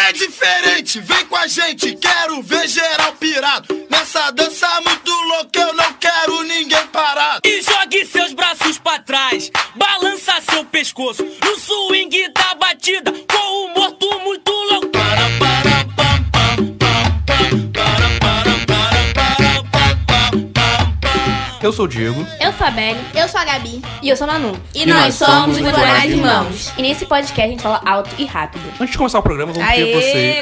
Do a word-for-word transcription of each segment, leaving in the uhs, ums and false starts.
é diferente, vem com a gente, quero ver geral pirado. Nessa dança muito louca eu não quero ninguém parado. E jogue seus braços pra trás, balança seu pescoço no swing da batida, com o morto muito louco. Para, para, pam, pam, pam, pam, para, para, para, para, pam, pam, pam. Eu sou o Diego. Eu sou a Beli. Eu sou a Gabi. E eu sou a Manu. E, e nós, nós somos os Culturais Irmãos. E nesse podcast a gente fala alto e rápido. Antes de começar o programa, vamos Aê, pedir pra vocês...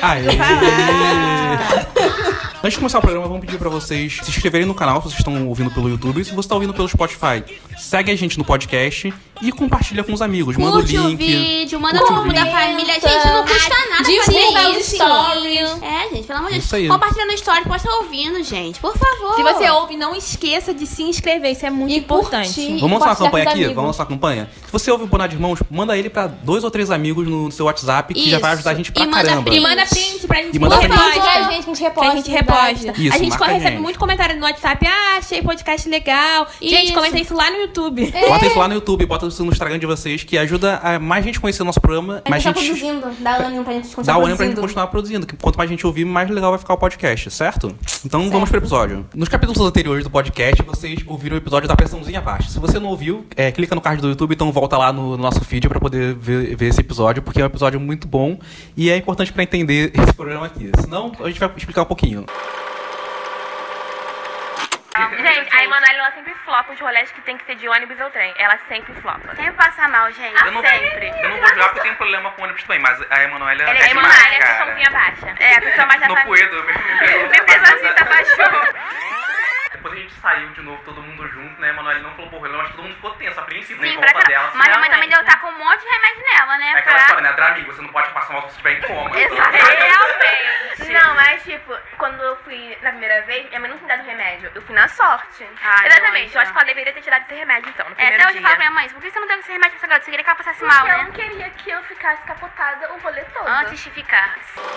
Aê! Antes de começar o programa, vamos pedir pra vocês se inscreverem no canal, se vocês estão ouvindo pelo YouTube. E se você tá ouvindo pelo Spotify, segue a gente no podcast e compartilha com os amigos. Manda o link. Curte o vídeo, manda curte no grupo da família. Gente, não custa nada fazer isso. Stories. É, gente, pelo amor de Isso Deus. aí. Compartilha no story, pode estar ouvindo, gente. Por favor. Se você ouve, não esqueça de se inscrever. Isso é muito E importante. curtir. Vamos lançar uma campanha aqui? amigos. Vamos lançar uma campanha? Se você ouve o Boná de Irmãos, manda ele pra dois ou três amigos no seu WhatsApp, que Isso. já vai ajudar a gente pra E manda caramba. E manda print pra gente. E manda por print. favor. Pra gente, gente, que a gente que reposta. a gente reposta. Isso, a gente marca a recebe gente. muito comentário no WhatsApp. Ah, achei podcast legal. Gente, Isso. comenta isso lá no YouTube. Bota isso lá no YouTube, bota isso no Instagram de vocês, que ajuda a mais gente conhecer o nosso programa. A Mais gente tá gente produzindo. Dá ânimo pra gente continuar dá o ânimo pra gente produzindo. continuar produzindo. Que quanto mais gente ouvir, mais legal vai ficar o podcast, certo? Então vamos pro episódio. Nos capítulos anteriores do podcast, vocês ouviram o episódio da pressãozinha baixa. Se você não ouviu, é, clica no card do YouTube, então volta lá no, no nosso feed pra poder ver, ver esse episódio, porque é um episódio muito bom e é importante pra entender esse programa aqui. Senão, a gente vai explicar um pouquinho. Gente, a Emanuele, ela sempre flopa os rolês que tem que ser de ônibus ou trem. Ela sempre flopa. Sempre passa mal, gente. Eu não sempre. Eu não vou jogar porque eu tenho problema com ônibus também, mas a Emanuele Ela é a Emanuele, é a pessoazinha baixa. É, a pessoa mais da família. Meu pesozinho tá baixou. Depois a gente saiu de novo, todo mundo junto, né? A Emanuele não falou porra, mas todo mundo ficou tenso, apreensivo, né? Sim, Em pra volta caramba. dela. Mas a mãe assim, também deu tá com um monte de remédio nela, né? é aquela pra... história, né? Dramigo, você não pode passar mal se você estiver em coma. Realmente. Não, mas tipo, quando eu fui na primeira vez, minha mãe não tinha dado remédio. Eu fui na sorte. Ai, Exatamente. nossa. Eu acho que ela deveria ter te dado esse remédio, então, no É, primeiro até hoje eu dia. falo pra minha mãe, por que você não deu esse remédio pra essa garota? Você queria que ela passasse mal, Porque eu né? não queria que eu ficasse capotada o rolê todo. Antes de ficar.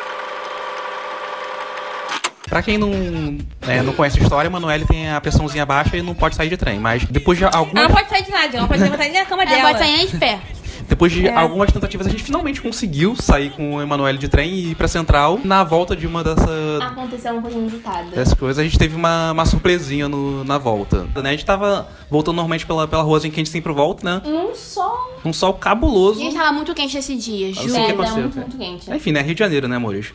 Pra quem não, é, não conhece a história, a Emanuele tem a pressãozinha baixa e não pode sair de trem. Mas depois de Ela algumas, não pode sair de nada, ela não pode levantar nem da cama Ela dela. pode sair nem de pé. depois de algumas tentativas, a gente finalmente conseguiu sair com a Emanuele de trem e ir pra Central. Na volta de uma dessas, Aconteceu uma coisa inusitada. dessas coisas, a gente teve uma, uma surpresinha no, na volta. Né? A gente tava voltando normalmente pela, pela ruazinha que a gente sempre volta, né? Num sol. Um sol cabuloso. Gente, tava muito quente esse dia, Não juro. sei o que É, dá aconteceu, muito, cara. muito quente. Enfim, né? Rio de Janeiro, né, amores?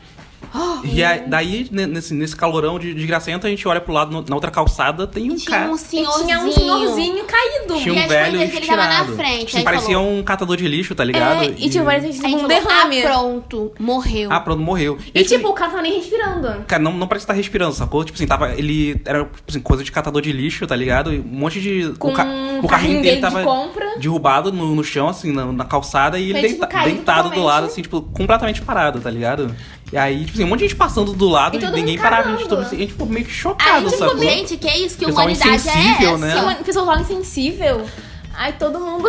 E aí, daí, ne- nesse, nesse calorão de desgracento, a gente olha pro lado, no- na outra calçada, tem um Tinha cara. um E senhorzinho. tinha um senhorzinho caído. Tinha E um as velho coisas dele tava na estirado. frente, Tipo, aí parecia falou. um catador de lixo, tá ligado? É, e tipo, parecia Aí um falou, derrame. ah, pronto, morreu. Ah, pronto, morreu. E esse- tipo, o cara tava nem respirando. Cara, não, não parece estar respirando, sacou? Tipo assim, tava. Ele era tipo assim, coisa de catador de lixo, tá ligado? E um monte de. Com o, ca- um o carrinho carrinho dele dele tava de compra. derrubado no, no chão, assim, na, na calçada, e ele Foi, tipo, deita- caído deitado do totalmente. lado, assim, tipo, completamente parado, tá ligado? E aí, tipo assim, um monte de gente passando do lado E e, todo ninguém mundo parava. A gente, cagando. todo, assim, a gente ficou meio que Aí, chocado, tipo, sacou? gente, que isso? Que Pessoal humanidade é insensível, essa? né? Uma pessoa logo insensível. Aí todo mundo.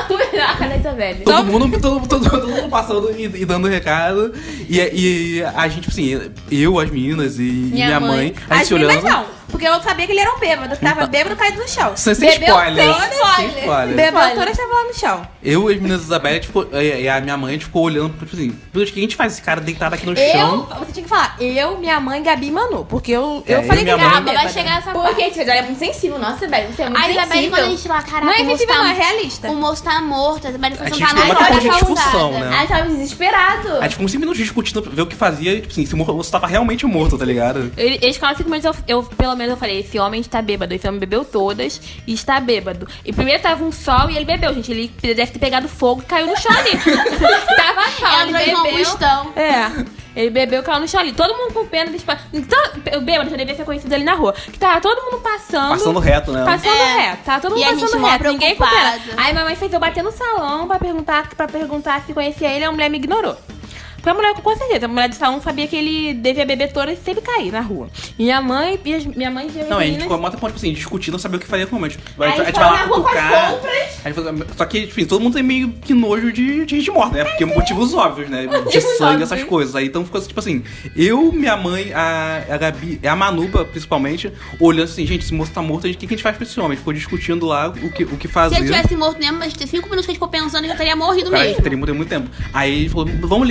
a cara dessa velha. Todo mundo, todo, todo, todo mundo passando e, e dando recado. E, e a gente, tipo assim, eu, as meninas e e minha, mãe, a gente As se meninas olhando. não, porque eu sabia que ele era um bêbado. Tava bêbado caído no chão. Sem, sem Bebeu spoiler. todas, Sem spoiler. Bebeu todas, estava lá no chão. Eu e as meninas da Isabela, tipo, e e a minha mãe, a gente ficou olhando, tipo assim, meu Deus, o que a gente faz? Esse cara deitado aqui no Eu, chão. você tinha que falar, eu, minha mãe, Gabi e Manu. Porque eu, É, eu eu falei e que minha era mãe- bêbada. Vai chegar essa Porque, tipo, ela é muito sensível. Nossa, velho, você é muito Aí, Isabelle, sensível. quando a gente fala, caraca, Não é o moço insensível, tá... não, é realista. O moço tá morto, a Isabelle A foi gente sentar ficou na uma hora de da discussão, calçada. né? Aí eu tava desesperado. A gente ficou uns cinco minutos discutindo, ver o que fazia, e, tipo assim, se o moço tava realmente morto, tá ligado? Ele- Eles ficaram cinco minutos, eu, eu, pelo menos eu falei, esse homem está bêbado. Esse homem bebeu todas e está bêbado. E primeiro tava um sol e ele bebeu, gente. Ele deve ter pegado fogo e caiu no chão ali. Tava sol, É ele um bebeu. combustão. É. Ele bebeu e caiu no chão ali. Todo mundo com pena. Tipo, então, o bêbado já devia ser conhecido ali na rua. Que tava todo mundo passando. Passando reto, né? Passando É. reto. Tava todo mundo E a passando gente mó reto. Ninguém com pena. preocupada. Aí minha mãe fez eu bater no salão pra perguntar, pra perguntar se conhecia ele. A mulher me ignorou. Foi a mulher com certeza. A mulher do salão sabia que ele devia beber toda e sempre cair na rua. E minha mãe, e as, minha mãe e as Não, a gente meninas- ficou muito tempo, tipo assim, discutindo, não sabia o que fazer com a gente. A Aí gente, a gente foram vai na lá rua com as cutucar. compras. a gente foi- Só que, tipo, todo mundo tem meio que nojo de, de gente morta, né? Porque motivos óbvios, né? De Motivos sangue, óbvios. essas coisas. Aí então ficou tipo assim, eu, minha mãe, a, a Gabi, a Manuba, principalmente, olhando assim, gente, esse moço tá morto, a gente- o que, que a gente faz pra esse homem? Ficou discutindo lá o que, o que fazer. Se ele tivesse morto mesmo, mas cinco minutos que a gente ficou pensando, ele já teria morrido Cara, a gente mesmo. teria muito, muito tempo. Aí ele falou, vamos ligar pro, pro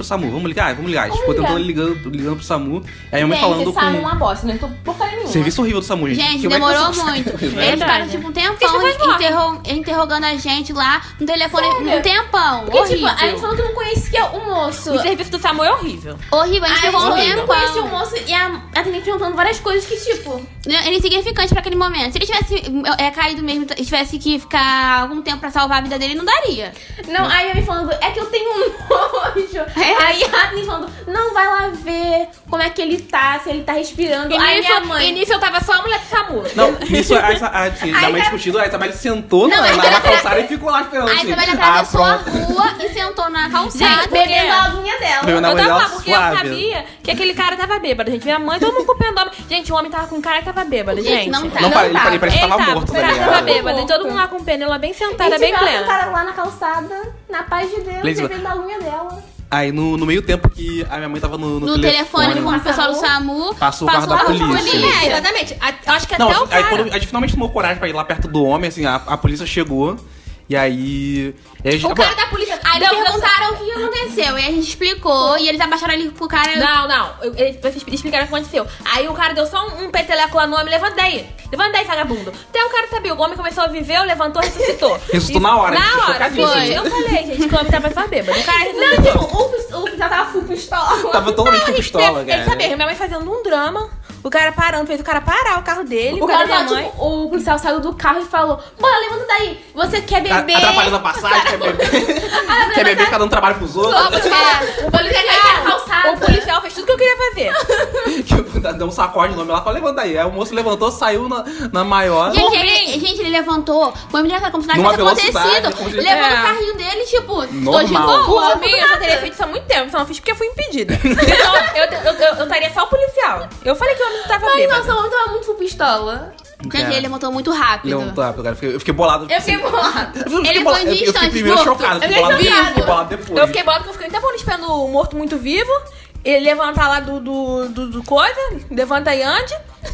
SAMU, vamos ligar, vamos ligar. A gente ficou ligar. tentando ligando, ligando pro SAMU. Aí a minha mãe Gente, falando SAMU é com... uma bosta, não tô porcaria nenhuma. Serviço horrível do SAMU, gente. Gente, Que vai demorou que eu- muito. Né? Eles Verdade. ficaram, tipo, um tempão Porque vocês interro- interrogando a gente lá no telefone. Sério? Um tempão. Porque, horrível. tipo, a gente falou que não conhecia o moço. O serviço do SAMU é horrível. Horrível, a gente Aí ficou um eu não conhecia o tempão. moço e a atendente perguntando várias coisas que, tipo... Era insignificante pra aquele momento. Se ele tivesse é, caído mesmo e tivesse que ficar algum tempo pra salvar a vida dele, não daria. Não, aí eu me falando, é que eu tenho um nojo. É. Aí a atendente falando, não, vai lá ver como é que ele tá, se ele tá respirando. E aí nisso- minha mãe... e E nisso eu tava só a mulher do SAMU. Não, isso, a, a, a, assim, da mãe discutindo, aí a Isabelle sentou Não, na, aí na, ela na calçada e ficou lá esperando. Aí assim. a Isabelle Ah, atravessou a pronto. rua e sentou na calçada. Gente, bebendo a aguinha dela. Bebendo a eu aguinha tava dela lá, porque suave. eu sabia que aquele cara tava bêbado, gente. Minha mãe, todo mundo culpando o homem. Gente, o homem tava com cara que tava bêbado, Gente, gente. não tá. Não, ele, ele parece que Ele tava tava, morto, o tá cara ligado? tava bêbado. E todo mundo lá com pena, ela bem sentada, bem plena. cara lá na calçada, na paz de Deus, Lady- bebendo a unha dela. Aí no, no meio tempo que a minha mãe tava no, no, No telefone com o pessoal do SAMU. Passou o carro da polícia. É, exatamente. A- Acho que Não, até o aí cara... quando a gente finalmente tomou coragem pra ir lá perto do homem, assim, a, a polícia chegou. E aí. E aí O cara da polícia... Aí Não, eles não, perguntaram o que aconteceu. E a gente explicou. E eles abaixaram ali pro cara. Não, não. Eu- Eles vocês explicaram o que aconteceu. Aí o cara deu só um, um peteleco lá no homem. Levanta daí. Levanta daí, vagabundo. Até o cara sabia. O homem começou a viver, levantou, ressuscitou. Ressuscitou E- na hora, Na gente, hora, foi. foi. Eu falei, gente, que o homem tava só bêbado. O cara Não, ressuscitou. tipo, o, pis- o policial tava full pistola. Tava totalmente com Ele- pistola, ele, cara. Ele sabia, minha mãe fazendo um drama. O cara parando, fez o cara parar o carro dele. O cara cara da minha tava, mãe. tipo, o policial saiu do carro e falou: bora, levanta daí. Você quer A- beber? Atrapalhando a passagem, quer beber. Quer beber, ficar dando trabalho pros outros. É. O policial caiu na calçada. O policial fez tudo que eu queria fazer. Que deu um sacode no nome lá, falou, levanta aí. Aí o moço levantou, saiu na, na maior. Gente, ele, gente, ele levantou. Foi engraçado, como se nada Numa tivesse velocidade, acontecido. como se- Levando É. o carrinho dele, tipo, tô de Normal. boa. Por mim, eu já teria feito isso há muito tempo. Só não fiz porque eu fui impedida. Então, eu, eu, eu, eu estaria só o policial. Eu falei que o homem não tava Mas bêbado. nossa, o homem tava muito full pistola. Gente, ele levantou muito rápido. Levantou rápido, cara. Eu fiquei, eu fiquei bolado. Eu fiquei bolada. Eu fiquei Ele bolado- foi um eu- eu fiquei instante primeiro morto. chocado. Eu Fiquei bolado, fiquei depois, fiquei bolado depois. Eu fiquei bolado porque eu fiquei um tempão esperando o morto muito vivo. Ele levantar lá do, do, do, do coisa, levanta e ande.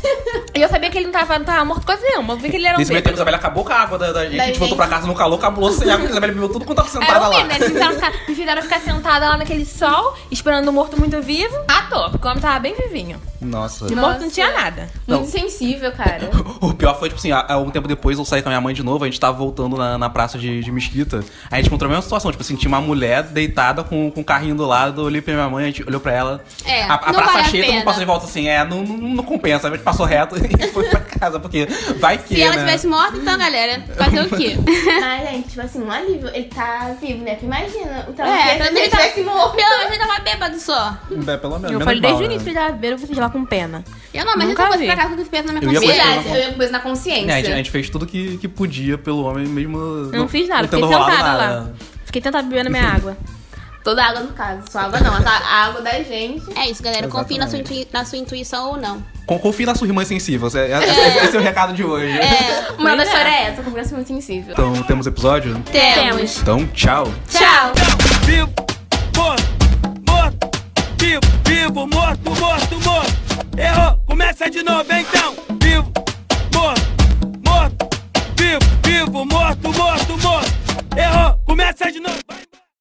E eu sabia que ele não tava, não tava morto coisa nenhuma. Eu vi que ele era um Nesse meio tempo, a bêbado. Isabela acabou com a água da, da gente. Da a gente voltou gente. pra casa no calor, acabou sem água. A Isabela bebeu tudo quando tava sentada Era lá. um né? Eles fizeram ficar, me fizeram ficar sentada lá naquele sol, esperando o morto muito vivo. À toa, porque o homem tava bem vivinho. Nossa. De morto não tinha nada. Não. Muito sensível, cara. O pior foi, tipo assim, há há um tempo depois eu saí com a minha mãe de novo, a gente tava voltando na, na praça de, de Mesquita. Aí a gente encontrou a mesma situação, tipo assim, tinha uma mulher deitada com, com o carrinho do lado, eu olhei pra minha mãe, a gente olhou pra ela. É, a, a não praça vale a cheia, todo mundo pena. passou de volta assim, é, não, não, não compensa. A gente passou reto e foi pra casa, porque vai que, Se ela né? tivesse morta, então, galera, fazer o quê? Mas, gente, tipo assim, um alívio. Ele tá vivo, né? Porque imagina, o trauma É, que ia ser pelo se ele menos ele tivesse morto. Pelo menos ele tava bêbado só. É, pelo menos. Eu menos falei mal, desde o né? início que ele tava bêbado, eu fui lá com pena. Eu não, mas Nunca eu fosse vi. pra casa com esse peso na minha Eu ia consciência. fazer- Verdade, eu ia com peso na consciência. É, a, gente, a gente fez tudo que, que podia pelo homem, mesmo. Eu não fiz nada, não fiquei tendo rolado sentada nada. lá. Fiquei tentada bebendo minha água. Toda a água no caso. Só água não, a a água da gente. É isso, galera. Confie na sua, Exatamente. intui- na sua intuição ou não. Com- Confie na sua irmã sensível. Esse é, esse- esse é o recado de hoje. O moral da Pois é. história é essa, a conversa muito sensível. Então, temos episódio? Temos. Então, tchau. Tchau! Vivo, morto, morto, vivo, vivo, morto, morto, morto. Errou, começa de novo, então.